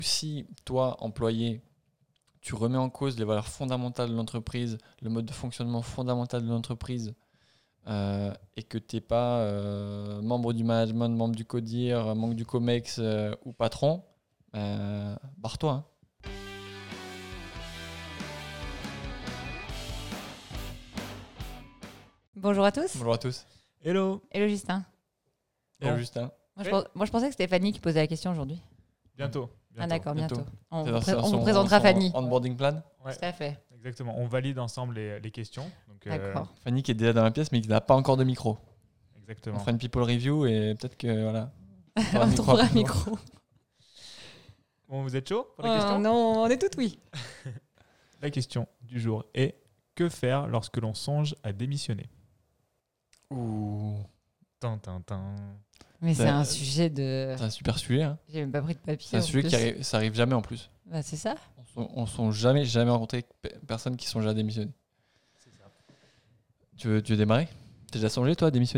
si toi, employé, tu remets en cause les valeurs fondamentales de l'entreprise, le mode de fonctionnement fondamental de l'entreprise, et que tu n'es pas membre du management, membre du CODIR, membre du COMEX ou patron, barre-toi. Hein. Bonjour à tous. Bonjour à tous. Hello. Hello Justin. Hello Bon. Justin. Moi, je pensais que c'était Fanny qui posait la question aujourd'hui. Bientôt. Ah d'accord, bientôt. On C'est vous présentera Fanny. Onboarding plan. Ouais, Tout à fait. exactement. On valide ensemble les questions. Donc, D'accord. Fanny qui est déjà dans la pièce mais qui n'a pas encore de micro. On Exactement. fera une people review et peut-être que voilà. On trouvera un micro. Bon, vous êtes chaud pour la question ? Non, on est toutes oui. La question du jour est que faire lorsque l'on songe à démissionner ? Ouh. Tin, tin, tin. Mais c'est Ça- un sujet de... C'est un super sujet. Hein. J'ai même pas pris de papier. C'est un en sujet plus. qui arrive, ça arrive jamais en plus. Bah, c'est ça. On ne jamais rencontré personne qui songe à démissionner. C'est ça. Tu veux démarrer ? T'as déjà songé toi à démissionner ?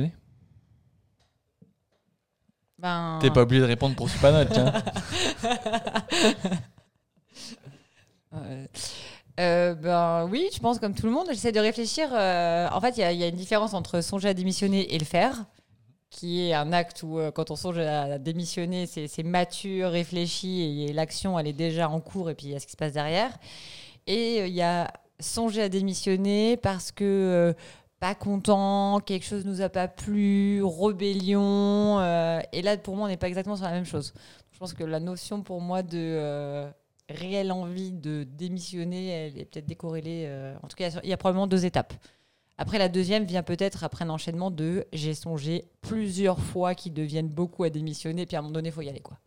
Ben... T'es pas obligé de répondre pour Supanote, tiens. Ben oui, je pense comme tout le monde. J'essaie de réfléchir. En fait, il y a une différence entre songer à démissionner et le faire, qui est un acte où quand on songe à démissionner, c'est mature, réfléchi et l'action elle est déjà en cours et puis il y a ce qui se passe derrière. Et il y a songer à démissionner parce que pas content, quelque chose nous a pas plu, rébellion. Et là, pour moi, on n'est pas exactement sur la même chose. Je pense que la notion pour moi de réelle envie de démissionner, elle est peut-être décorrélée. En tout cas, il y a probablement 2 étapes. Après, la deuxième vient peut-être après un enchaînement de j'ai songé plusieurs fois qu'ils deviennent beaucoup à démissionner, puis à un moment donné, il faut y aller, quoi.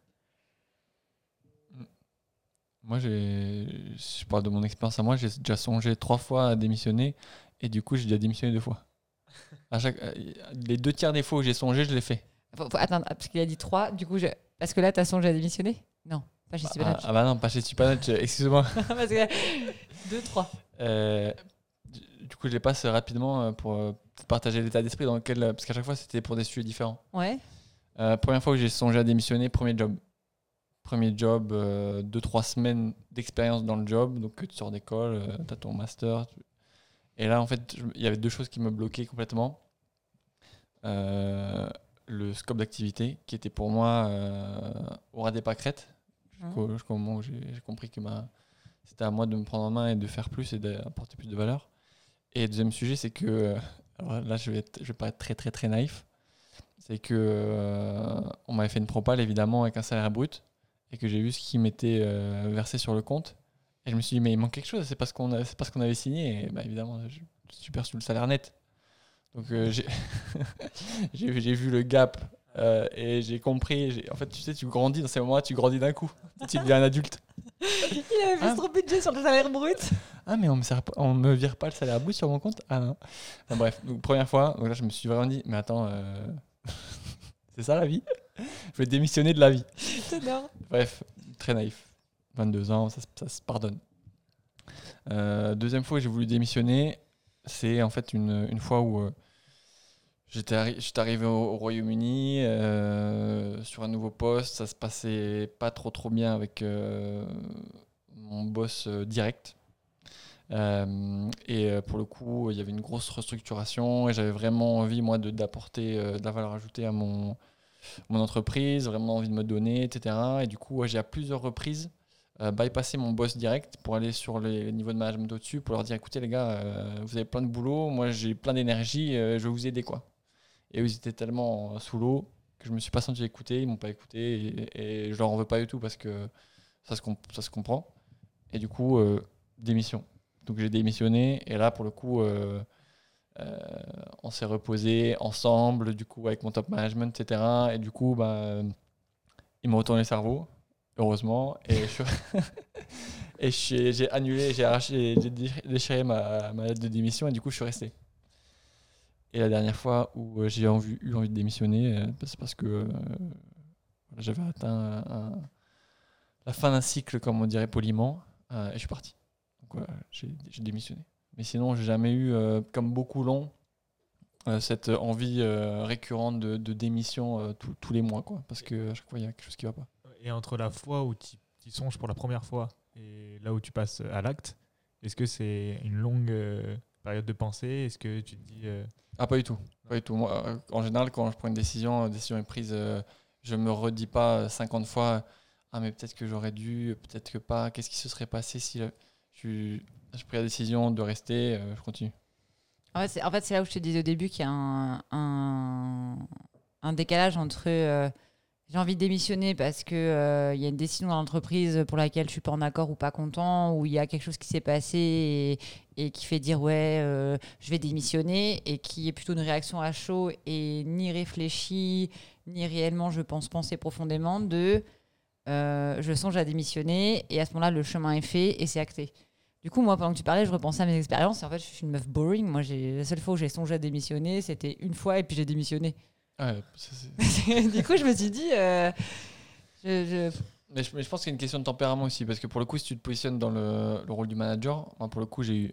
Moi, je parle de mon expérience à moi, j'ai déjà songé 3 fois à démissionner et du coup, j'ai déjà démissionné 2 fois. Les 2 tiers des fois où j'ai songé, je l'ai fait. Faut attendre, parce qu'il a dit 3, du coup, parce que là, tu as songé à démissionner ? Non, pas chez Supanote. Bah non, pas chez Supanote, excuse-moi. Parce que 2, 3. Du coup, je les passe rapidement pour partager l'état d'esprit dans lequel... parce qu'à chaque fois, c'était pour des sujets différents. Ouais. Première fois où j'ai songé à démissionner, premier job. 2-3 semaines d'expérience dans le job. Donc, tu sors d'école, tu as ton master. Et là, en fait, il y avait 2 choses qui me bloquaient complètement. Le scope d'activité, qui était pour moi au ras des pâquerettes. Jusqu'au moment où j'ai compris que c'était à moi de me prendre en main et de faire plus et d'apporter plus de valeur. Et le deuxième sujet, c'est que... alors là, je vais paraître très, très, très naïf. C'est que on m'avait fait une propale, évidemment, avec un salaire brut. Et que j'ai vu ce qui m'était versé sur le compte. Et je me suis dit, mais il manque quelque chose, c'est pas ce qu'on avait signé. Et bah, évidemment, je suis perçu le salaire net. Donc j'ai vu le gap et j'ai compris. En fait, tu sais, tu grandis dans ces moments-là, tu grandis d'un coup. Tu deviens un adulte. Il avait fait trop budget sur le salaire brut. Ah, mais on me vire pas le salaire brut sur mon compte ? Ah non. Enfin, bref, donc, première fois, donc là, je me suis vraiment dit, mais attends, c'est ça la vie ? Je vais démissionner de la vie. Bref, très naïf. 22 ans, ça se pardonne. Deuxième fois que j'ai voulu démissionner, c'est en fait une fois où j'étais arrivé au Royaume-Uni sur un nouveau poste. Ça se passait pas trop bien avec mon boss direct. Et pour le coup, il y avait une grosse restructuration et j'avais vraiment envie, moi, d'apporter de la valeur ajoutée à mon entreprise, vraiment envie de me donner, etc. Et du coup, j'ai à plusieurs reprises bypassé mon boss direct pour aller sur les niveaux de management au-dessus pour leur dire, écoutez les gars, vous avez plein de boulot, moi j'ai plein d'énergie, je vais vous aider, quoi. Et eux, ils étaient tellement sous l'eau que je me suis pas senti écouté, ils m'ont pas écouté et je leur en veux pas du tout parce que ça se comprend. Et du coup, démission. Donc j'ai démissionné et là, pour le coup... on s'est reposé ensemble, du coup, avec mon top management, etc. Et du coup, ils m'ont retourné le cerveau, heureusement. Et j'ai annulé, j'ai arraché, j'ai déchiré ma lettre de démission et du coup, je suis resté. Et la dernière fois où j'ai eu envie de démissionner, c'est parce que j'avais atteint la fin d'un cycle, comme on dirait poliment, et je suis parti. Donc voilà, j'ai démissionné. Mais sinon, j'ai jamais eu, comme beaucoup l'ont, cette envie récurrente de démission tous les mois, quoi. Parce qu'à chaque fois, il y a quelque chose qui va pas. Et entre la fois où tu tu y songes pour la première fois et là où tu passes à l'acte, est-ce que c'est une longue période de pensée? Est-ce que tu te dis... Ah, pas du tout. Pas du tout. Moi, en général, quand je prends une décision, la décision est prise, je me redis pas 50 fois, ah mais peut-être que j'aurais dû, peut-être que pas, qu'est-ce qui se serait passé si j'ai pris la décision de rester, je continue. En fait, c'est là où je te disais au début qu'il y a un décalage entre j'ai envie de démissionner parce que il y a une décision dans l'entreprise pour laquelle je suis pas en accord ou pas content, ou il y a quelque chose qui s'est passé et qui fait dire ouais, je vais démissionner, et qui est plutôt une réaction à chaud et ni réfléchie, ni réellement, je pense, penser profondément de je songe à démissionner, et à ce moment-là, le chemin est fait et c'est acté. Du coup, moi, pendant que tu parlais, je repensais à mes expériences. Et en fait, je suis une meuf boring. Moi, la seule fois où j'ai songé à démissionner, c'était une fois, et puis j'ai démissionné. Ouais, Du coup, je me suis dit... Mais je pense qu'il y a une question de tempérament aussi, parce que pour le coup, si tu te positionnes dans le rôle du manager, moi, pour le coup, j'ai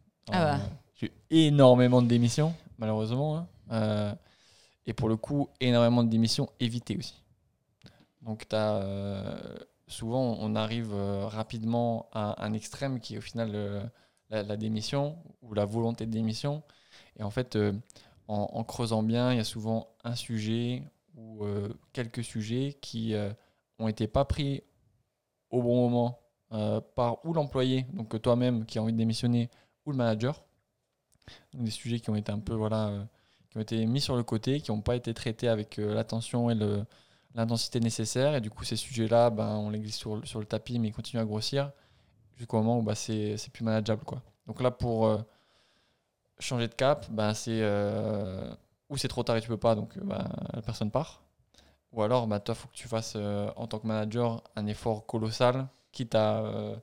eu énormément de démissions, malheureusement. Hein. Et pour le coup, énormément de démissions évitées aussi. Donc, souvent, on arrive rapidement à un extrême qui est au final la démission ou la volonté de démission. Et en fait, en creusant bien, il y a souvent un sujet ou quelques sujets qui ont été pas pris au bon moment par ou l'employé, donc toi-même qui a envie de démissionner, ou le manager. Donc, des sujets qui ont été un peu qui ont été mis sur le côté, qui n'ont pas été traités avec l'attention et l'intensité nécessaire, et du coup ces sujets-là, on les glisse sur le tapis, mais ils continuent à grossir jusqu'au moment où c'est plus manageable, quoi. Donc là, pour changer de cap, c'est ou c'est trop tard et tu peux pas, donc la personne part, ou alors toi, faut que tu fasses en tant que manager un effort colossal, quitte à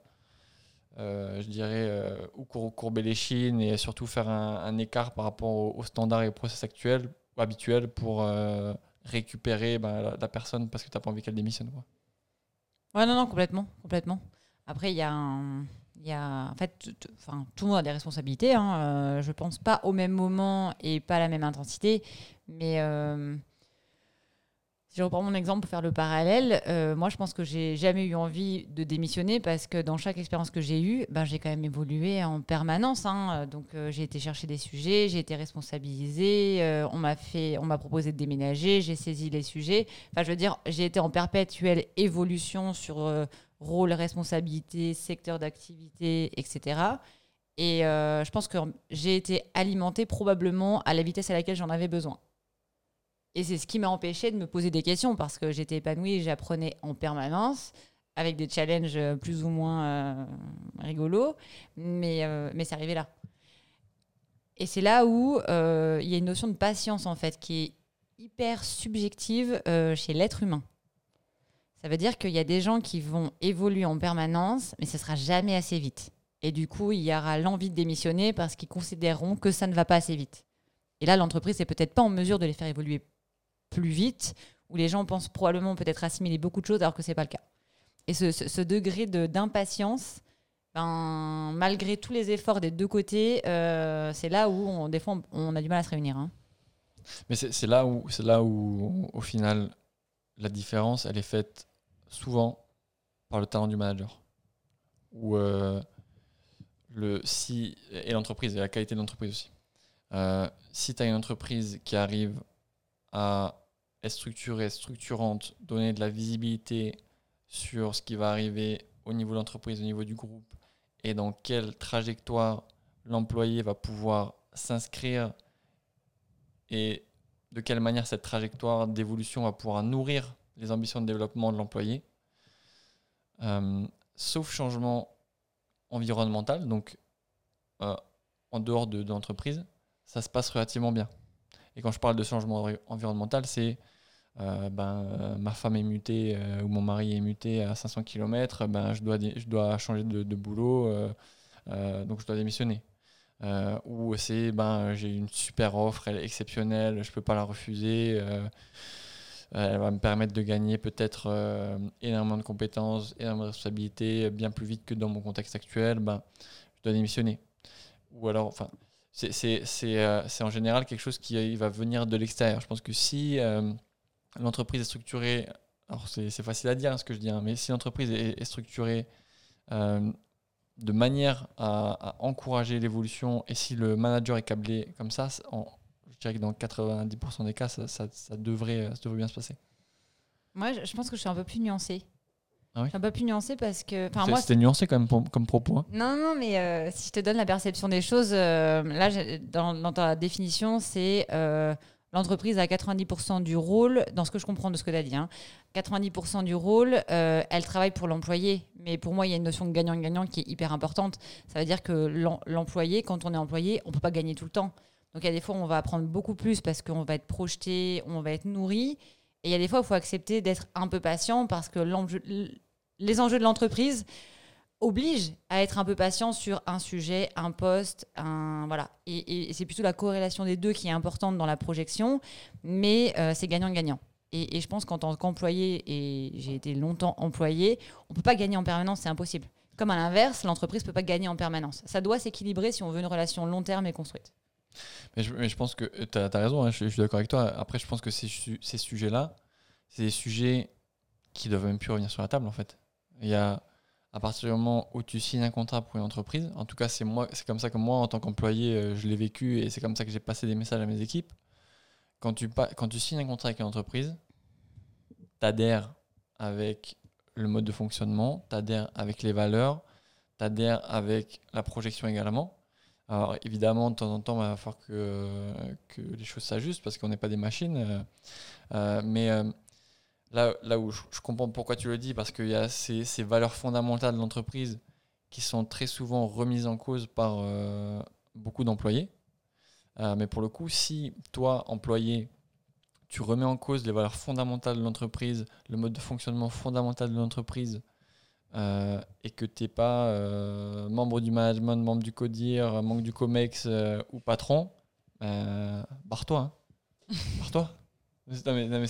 je dirais ou courber les chines, et surtout faire un écart par rapport aux standards et aux process actuels ou habituels pour récupérer la personne, parce que tu n'as pas envie qu'elle démissionne, quoi. Ouais, non, complètement. Après, en fait, tout le monde a des responsabilités. Hein. Je pense pas au même moment et pas à la même intensité. Mais si je reprends mon exemple pour faire le parallèle, moi, je pense que j'ai jamais eu envie de démissionner, parce que dans chaque expérience que j'ai eue, j'ai quand même évolué en permanence. Hein. Donc, j'ai été chercher des sujets, j'ai été responsabilisée, on m'a proposé de déménager, j'ai saisi les sujets. Enfin, je veux dire, j'ai été en perpétuelle évolution sur rôle, responsabilité, secteur d'activité, etc. Et je pense que j'ai été alimentée probablement à la vitesse à laquelle j'en avais besoin. Et c'est ce qui m'a empêché de me poser des questions, parce que j'étais épanouie et j'apprenais en permanence, avec des challenges plus ou moins rigolos, mais c'est arrivé là. Et c'est là où il y a une notion de patience, en fait, qui est hyper subjective chez l'être humain. Ça veut dire qu'il y a des gens qui vont évoluer en permanence, mais ce ne sera jamais assez vite. Et du coup, il y aura l'envie de démissionner parce qu'ils considéreront que ça ne va pas assez vite. Et là, l'entreprise n'est peut-être pas en mesure de les faire évoluer plus vite, où les gens pensent probablement peut-être assimiler beaucoup de choses alors que ce n'est pas le cas. Et ce degré d'impatience, malgré tous les efforts des deux côtés, c'est là où des fois on a du mal à se réunir. Hein. Mais c'est là où au final la différence, elle est faite souvent par le talent du manager, ou et l'entreprise, et la qualité de l'entreprise aussi. Si tu as une entreprise qui arrive à être structurée, structurante, donner de la visibilité sur ce qui va arriver au niveau de l'entreprise, au niveau du groupe, et dans quelle trajectoire l'employé va pouvoir s'inscrire, et de quelle manière cette trajectoire d'évolution va pouvoir nourrir les ambitions de développement de l'employé, sauf changement environnemental, donc en dehors de l'entreprise, ça se passe relativement bien. Et quand je parle de changement environnemental, c'est ma femme est mutée ou mon mari est muté à 500 km, je dois changer de boulot, donc je dois démissionner. Ou c'est j'ai une super offre, elle est exceptionnelle, je ne peux pas la refuser, elle va me permettre de gagner peut-être énormément de compétences, énormément de responsabilités, bien plus vite que dans mon contexte actuel, je dois démissionner. Ou alors, c'est en général quelque chose qui va venir de l'extérieur. Je pense que si l'entreprise est structurée alors c'est facile à dire ce que je dis, hein, mais si l'entreprise est structurée de manière à encourager l'évolution, et si le manager est câblé comme ça, je dirais que dans 90% des cas, ça devrait bien se passer. Moi, je pense que je suis un peu plus nuancée. Ah oui? Je suis un peu plus nuancée parce que... C'était nuancé quand même comme propos. Hein. Non, mais si je te donne la perception des choses, là, dans ta définition, c'est l'entreprise a 90% du rôle, dans ce que je comprends de ce que tu as dit, hein, 90% du rôle, elle travaille pour l'employé. Mais pour moi, il y a une notion de gagnant-gagnant qui est hyper importante. Ça veut dire que l'employé, quand on est employé, on ne peut pas gagner tout le temps. Donc, il y a des fois où on va apprendre beaucoup plus parce qu'on va être projeté, on va être nourri. Et il y a des fois où il faut accepter d'être un peu patient parce que les enjeux de l'entreprise obligent à être un peu patient sur un sujet, un poste, voilà. Et c'est plutôt la corrélation des deux qui est importante dans la projection, mais c'est gagnant-gagnant. Et je pense qu'en tant qu'employé, et j'ai été longtemps employé, on ne peut pas gagner en permanence, c'est impossible. Comme à l'inverse, l'entreprise ne peut pas gagner en permanence. Ça doit s'équilibrer si on veut une relation long terme et construite. Mais je pense que tu as raison, hein, je suis d'accord avec toi. Après, je pense que ces sujets-là, c'est des sujets qui doivent même plus revenir sur la table, en fait. Il y a, à partir du moment où tu signes un contrat pour une entreprise, en tout cas, c'est comme ça que moi, en tant qu'employé, je l'ai vécu et c'est comme ça que j'ai passé des messages à mes équipes. Quand tu signes un contrat avec une entreprise, tu adhères avec le mode de fonctionnement, tu adhères avec les valeurs, tu adhères avec la projection également. Alors évidemment, de temps en temps, il va falloir que les choses s'ajustent parce qu'on n'est pas des machines. Mais là où je comprends pourquoi tu le dis, parce qu'il y a ces valeurs fondamentales de l'entreprise qui sont très souvent remises en cause par beaucoup d'employés. Mais pour le coup, si toi, employé, tu remets en cause les valeurs fondamentales de l'entreprise, le mode de fonctionnement fondamental de l'entreprise, et que tu n'es pas membre du management, membre du CODIR, membre du COMEX ou patron, barre-toi. Hein. Barre-toi. Non, mais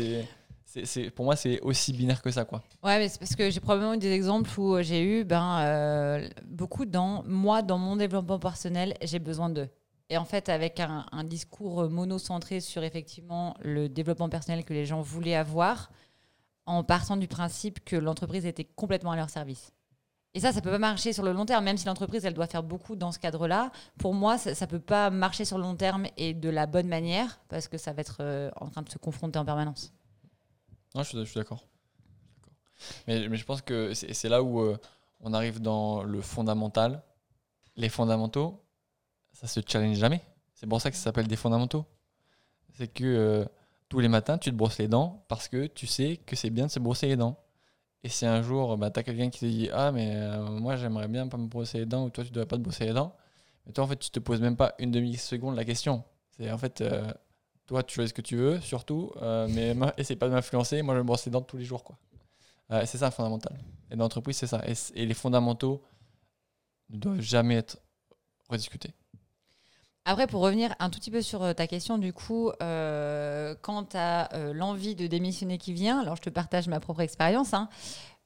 pour moi, c'est aussi binaire que ça, quoi. Ouais, mais c'est parce que j'ai probablement eu des exemples où j'ai eu beaucoup dans mon développement personnel, j'ai besoin d'eux. Et en fait, avec un discours monocentré sur effectivement le développement personnel que les gens voulaient avoir, en partant du principe que l'entreprise était complètement à leur service. Et ça peut pas marcher sur le long terme, même si l'entreprise, elle doit faire beaucoup dans ce cadre-là. Pour moi, ça peut pas marcher sur le long terme et de la bonne manière, parce que ça va être en train de se confronter en permanence. Non, je suis d'accord. Mais je pense que c'est là où on arrive dans le fondamental. Les fondamentaux, ça se challenge jamais. C'est pour ça que ça s'appelle des fondamentaux. C'est que tous les matins, tu te brosses les dents parce que tu sais que c'est bien de se brosser les dents. Et si un jour, tu as quelqu'un qui te dit « Ah, mais moi, j'aimerais bien pas me brosser les dents » ou « Toi, tu ne devrais pas te brosser les dents », mais toi, en fait, tu te poses même pas une demi-seconde la question. C'est en fait, toi, tu choisis ce que tu veux, surtout, mais essaie pas de m'influencer. Moi, je me brosse les dents tous les jours, quoi. C'est ça, fondamental. Et dans l'entreprise, c'est ça. Et les fondamentaux ne doivent jamais être rediscutés. Après, pour revenir un tout petit peu sur ta question, du coup, quand tu as l'envie de démissionner qui vient, alors je te partage ma propre expérience. Hein.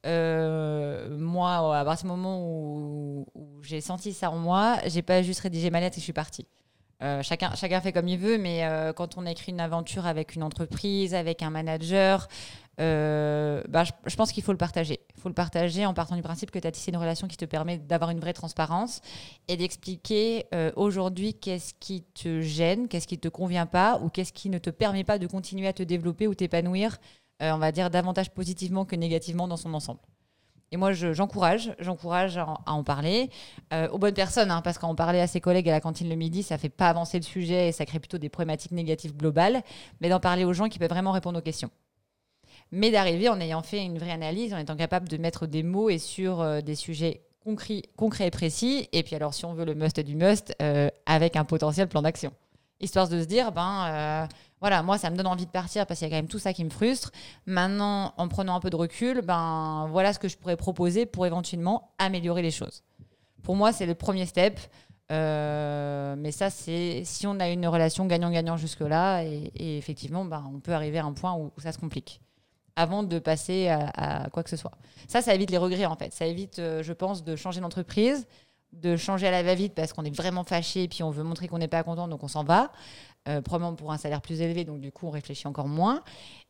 Moi, à partir du moment où j'ai senti ça en moi, j'ai pas juste rédigé ma lettre et je suis partie. Chacun fait comme il veut, mais quand on écrit une aventure avec une entreprise, avec un manager, je pense qu'il faut le partager. Il faut le partager en partant du principe que tu as tissé une relation qui te permet d'avoir une vraie transparence et d'expliquer aujourd'hui qu'est-ce qui te gêne, qu'est-ce qui ne te convient pas ou qu'est-ce qui ne te permet pas de continuer à te développer ou t'épanouir, on va dire, davantage positivement que négativement dans son ensemble. Et moi, j'encourage à en parler aux bonnes personnes, hein, parce qu'en parler à ses collègues à la cantine le midi, ça ne fait pas avancer le sujet et ça crée plutôt des problématiques négatives globales, mais d'en parler aux gens qui peuvent vraiment répondre aux questions. Mais d'arriver en ayant fait une vraie analyse, en étant capable de mettre des mots et sur des sujets concrets et précis, et puis alors si on veut le must du must, avec un potentiel plan d'action. Histoire de se dire, voilà, moi, ça me donne envie de partir parce qu'il y a quand même tout ça qui me frustre. Maintenant, en prenant un peu de recul, voilà ce que je pourrais proposer pour éventuellement améliorer les choses. Pour moi, c'est le premier step. Mais ça, c'est si on a une relation gagnant-gagnant jusque-là, et effectivement, on peut arriver à un point où ça se complique avant de passer à quoi que ce soit. Ça évite les regrets, en fait. Ça évite, je pense, de changer d'entreprise, de changer à la va-vite parce qu'on est vraiment fâché et puis on veut montrer qu'on n'est pas content, donc on s'en va. Probablement pour un salaire plus élevé, donc du coup, on réfléchit encore moins.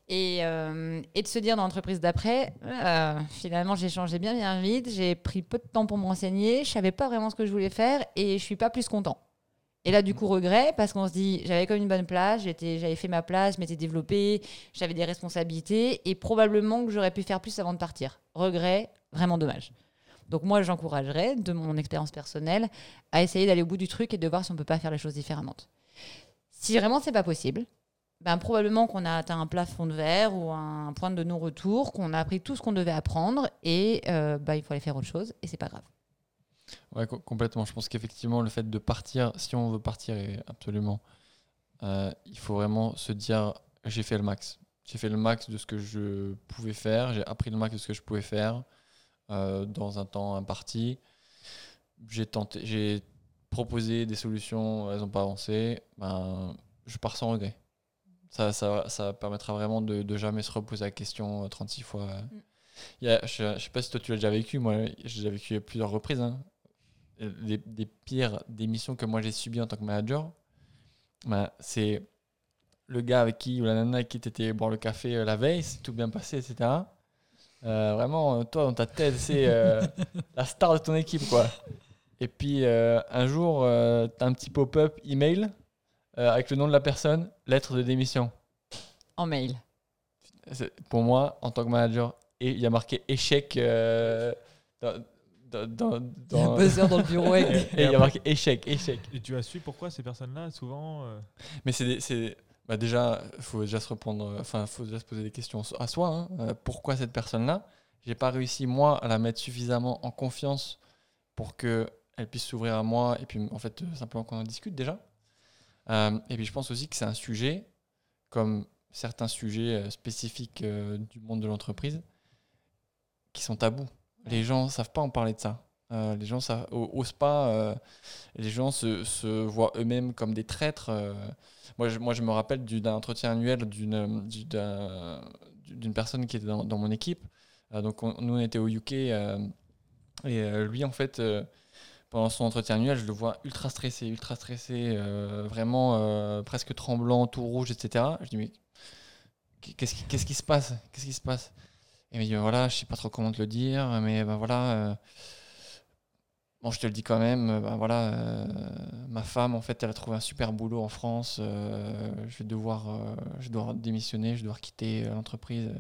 Et de se dire dans l'entreprise d'après, finalement j'ai changé bien vite, j'ai pris peu de temps pour me renseigner, je savais pas vraiment ce que je voulais faire et je suis pas plus content. Et là du coup regret parce qu'on se dit j'avais comme une bonne place, j'avais fait ma place, je m'étais développée, j'avais des responsabilités et probablement que j'aurais pu faire plus avant de partir. Regret, vraiment dommage. Donc moi j'encouragerais de mon expérience personnelle à essayer d'aller au bout du truc et de voir si on peut pas faire les choses différemment. Si vraiment c'est pas possible, probablement qu'on a atteint un plafond de verre ou un point de non-retour, qu'on a appris tout ce qu'on devait apprendre et il faut aller faire autre chose et c'est pas grave. Ouais, complètement. Je pense qu'effectivement, le fait de partir, si on veut partir, absolument, il faut vraiment se dire j'ai fait le max. J'ai fait le max de ce que je pouvais faire, j'ai appris le max de ce que je pouvais faire dans un temps imparti. J'ai proposé des solutions, elles n'ont pas avancé. Je pars sans regret. Ça permettra vraiment de jamais se reposer la question 36 fois. Je ne sais pas si toi tu l'as déjà vécu, moi j'ai déjà vécu à plusieurs reprises. Hein. Des pires démissions que moi j'ai subies en tant que manager, c'est le gars avec qui, ou la nana avec qui tu étais boire le café la veille, c'est tout bien passé, etc. Vraiment, toi dans ta tête, c'est la star de ton équipe, quoi. Et puis un jour, tu as un petit pop-up email avec le nom de la personne, lettre de démission. En mail. Pour moi, en tant que manager, et il y a marqué échec dans Il y a un buzzer dans le bureau. Et il y a marqué échec. Et tu as su pourquoi ces personnes-là, souvent Mais déjà, il faut déjà faut déjà se poser des questions à soi. Hein. Pourquoi cette personne-là? J'ai pas réussi, moi, à la mettre suffisamment en confiance pour qu'elle puisse s'ouvrir à moi et puis, en fait, simplement qu'on en discute déjà. Et puis, je pense aussi que c'est un sujet, comme certains sujets spécifiques du monde de l'entreprise, qui sont tabous. Les gens ne savent pas en parler de ça. Les gens n'osent pas. Les gens se voient eux-mêmes comme des traîtres. Moi, je me rappelle d'un entretien annuel d'une personne qui était dans mon équipe. Donc, nous, on était au UK. Et lui, en fait, pendant son entretien annuel, je le vois ultra stressé, vraiment presque tremblant, tout rouge, etc. Je dis, mais qu'est-ce qui se passe? Et il me dit, voilà, je sais pas trop comment te le dire, mais voilà, bon, je te le dis quand même, ma femme, en fait, elle a trouvé un super boulot en France, je vais devoir démissionner, je vais devoir quitter l'entreprise.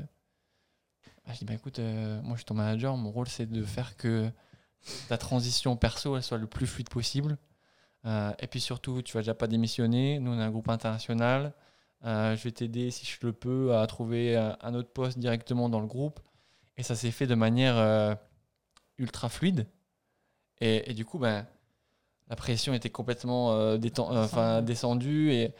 Je dis, écoute, moi je suis ton manager, mon rôle c'est de faire que ta transition perso, elle soit le plus fluide possible. Et puis surtout, tu vas déjà pas démissionner, nous on est un groupe international. Je vais t'aider si je le peux à trouver un autre poste directement dans le groupe. Et ça s'est fait de manière ultra fluide. Et du coup, la pression était complètement descendue. Et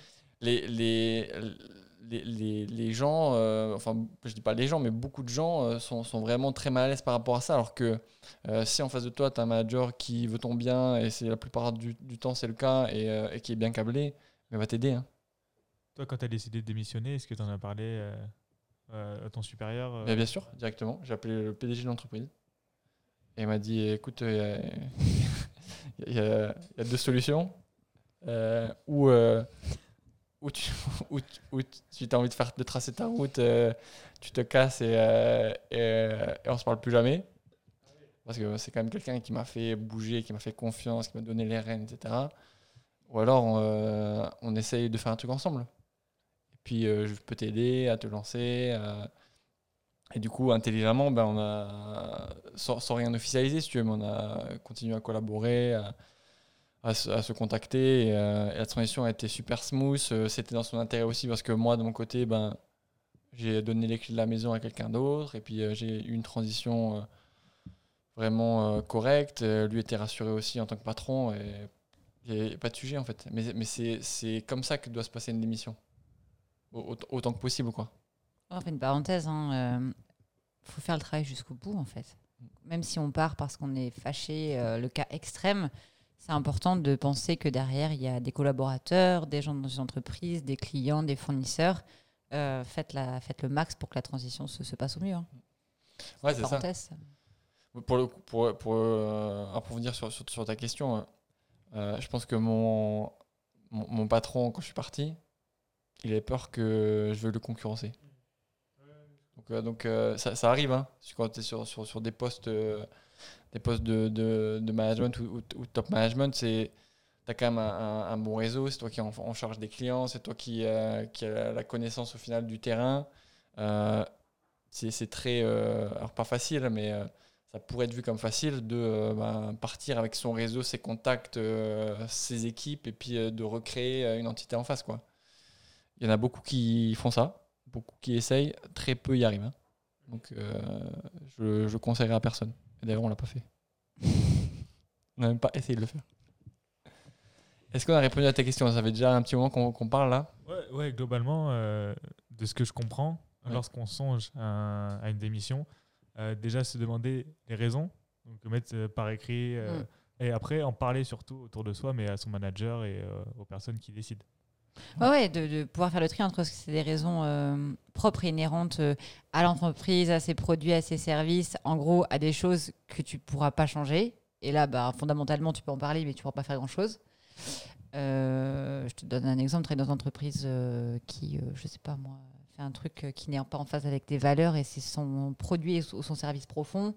les gens, je dis pas les gens, mais beaucoup de gens sont vraiment très mal à l'aise par rapport à ça. Alors que si en face de toi, tu as un manager qui veut ton bien, et c'est la plupart du temps c'est le cas, et qui est bien câblé, il va t'aider. Hein. Toi, quand tu as décidé de démissionner, est-ce que tu en as parlé à ton supérieur Bien sûr, directement. J'ai appelé le PDG de l'entreprise. Et il m'a dit, écoute, il y a deux solutions. Ou tu as envie de tracer ta route, tu te casses et on se parle plus jamais. Parce que c'est quand même quelqu'un qui m'a fait bouger, qui m'a fait confiance, qui m'a donné les rênes, etc. Ou alors on essaye de faire un truc ensemble. Puis je peux t'aider à te lancer. Et du coup, intelligemment, on a, sans rien officialiser, si tu veux, mais on a continué à collaborer, à se contacter. Et la transition a été super smooth. C'était dans son intérêt aussi parce que moi, de mon côté, j'ai donné les clés de la maison à quelqu'un d'autre. Et puis j'ai eu une transition vraiment correcte. Lui était rassuré aussi en tant que patron. Et il n'y a pas de sujet en fait. Mais c'est comme ça que doit se passer une démission. Autant que possible, quoi. On fait une parenthèse. Faut faire le travail jusqu'au bout, en fait. Même si on part parce qu'on est fâché, le cas extrême, c'est important de penser que derrière, il y a des collaborateurs, des gens dans une entreprise, des clients, des fournisseurs. Faites le max pour que la transition se passe au mieux. Hein. Ouais, c'est ça. Pour approfondir sur ta question, je pense que mon patron, quand je suis parti, il avait peur que je veuille le concurrencer. Donc, ça arrive, hein, quand tu es sur des postes de management ou top management, tu as quand même un bon réseau, c'est toi qui es en charge des clients, c'est toi qui a la connaissance au final du terrain. C'est très, alors pas facile, mais ça pourrait être vu comme facile de partir avec son réseau, ses contacts, ses équipes, et puis de recréer une entité en face, quoi. Il y en a beaucoup qui font ça, beaucoup qui essayent, très peu y arrivent, hein. Donc je conseillerais à personne. Et d'ailleurs, on l'a pas fait. On n'a même pas essayé de le faire. Est-ce qu'on a répondu à ta question? Ça fait déjà un petit moment qu'on parle là. Ouais, globalement, de ce que je comprends, lorsqu'on songe à une démission, déjà se demander les raisons, donc mettre par écrit, et après en parler surtout autour de soi, mais à son manager et aux personnes qui décident. De pouvoir faire le tri entre ce que c'est des raisons propres et inhérentes à l'entreprise, à ses produits, à ses services, en gros à des choses que tu pourras pas changer. Et là, fondamentalement, tu peux en parler, mais tu pourras pas faire grand-chose. Je te donne un exemple, très dans une entreprise qui, je sais pas moi, fait un truc qui n'est pas en phase avec tes valeurs et c'est son produit ou son service profond.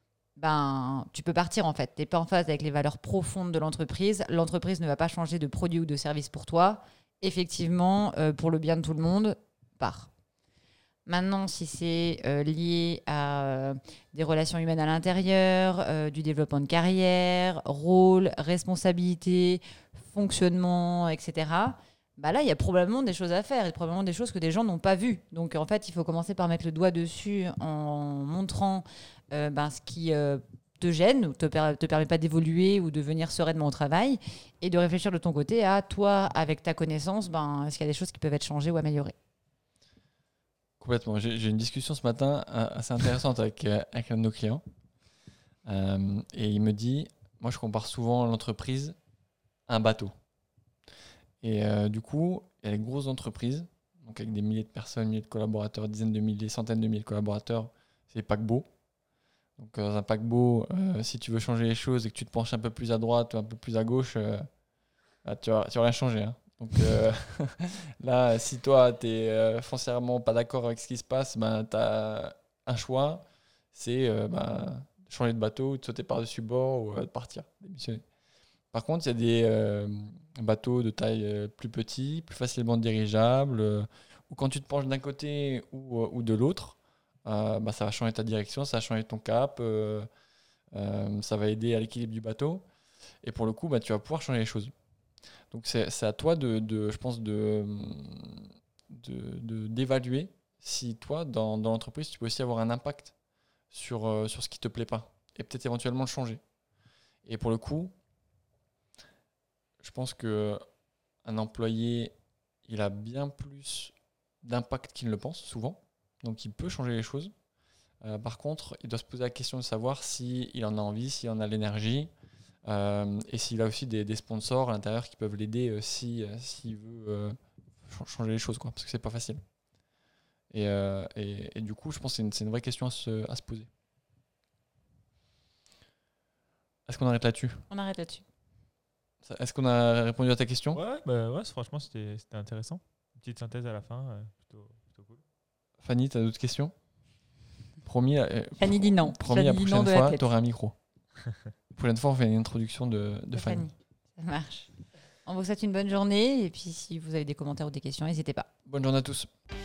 Tu peux partir en fait. Tu n'es pas en phase avec les valeurs profondes de l'entreprise. L'entreprise ne va pas changer de produit ou de service pour toi. Effectivement, pour le bien de tout le monde, pars. Maintenant, si c'est lié à des relations humaines à l'intérieur, du développement de carrière, rôle, responsabilité, fonctionnement, etc., là, il y a probablement des choses à faire. Il y a probablement des choses que des gens n'ont pas vues. Donc, en fait, il faut commencer par mettre le doigt dessus en montrant ce qui te gêne ou te permet pas d'évoluer ou de venir sereinement au travail et de réfléchir de ton côté à toi, avec ta connaissance, est-ce qu'il y a des choses qui peuvent être changées ou améliorées? Complètement. J'ai une discussion ce matin assez intéressante avec un de nos clients. Et il me dit, moi je compare souvent l'entreprise à un bateau. Et du coup, il y a les grosses entreprises, donc avec des milliers de personnes, milliers de collaborateurs, dizaines de milliers, centaines de milliers de collaborateurs, c'est des paquebots. Donc dans un paquebot, si tu veux changer les choses et que tu te penches un peu plus à droite ou un peu plus à gauche, tu vas rien changer, hein. Donc là, si toi, tu es foncièrement pas d'accord avec ce qui se passe, tu as un choix, c'est changer de bateau, de sauter par-dessus bord ou de partir, démissionner. Par contre, il y a des bateaux de taille plus petit, plus facilement dirigeables, ou quand tu te penches d'un côté ou de l'autre, ça va changer ta direction, ça va changer ton cap, ça va aider à l'équilibre du bateau. Et pour le coup, tu vas pouvoir changer les choses. Donc c'est à toi je pense, d'évaluer si toi, dans l'entreprise, tu peux aussi avoir un impact sur ce qui ne te plaît pas et peut-être éventuellement le changer. Et pour le coup, je pense qu'un employé, il a bien plus d'impact qu'il ne le pense, souvent. Donc il peut changer les choses. Par contre, il doit se poser la question de savoir s'il en a envie, s'il en a l'énergie. Et s'il a aussi des sponsors à l'intérieur qui peuvent l'aider s'il veut changer les choses, quoi, parce que c'est pas facile. Et du coup, je pense que c'est une vraie question à se poser. Est-ce qu'on arrête là-dessus? On arrête là-dessus. Est-ce qu'on a répondu à ta question? Ouais, franchement, c'était intéressant. Une petite synthèse à la fin, plutôt cool. Fanny, tu as d'autres questions? Promis, Fanny dit non. Promis, Fanny la dit non prochaine de la fois, tête. tu auras un micro. La prochaine fois, on fait une introduction de Fanny. Ça marche. On vous souhaite une bonne journée et puis si vous avez des commentaires ou des questions, n'hésitez pas. Bonne journée à tous.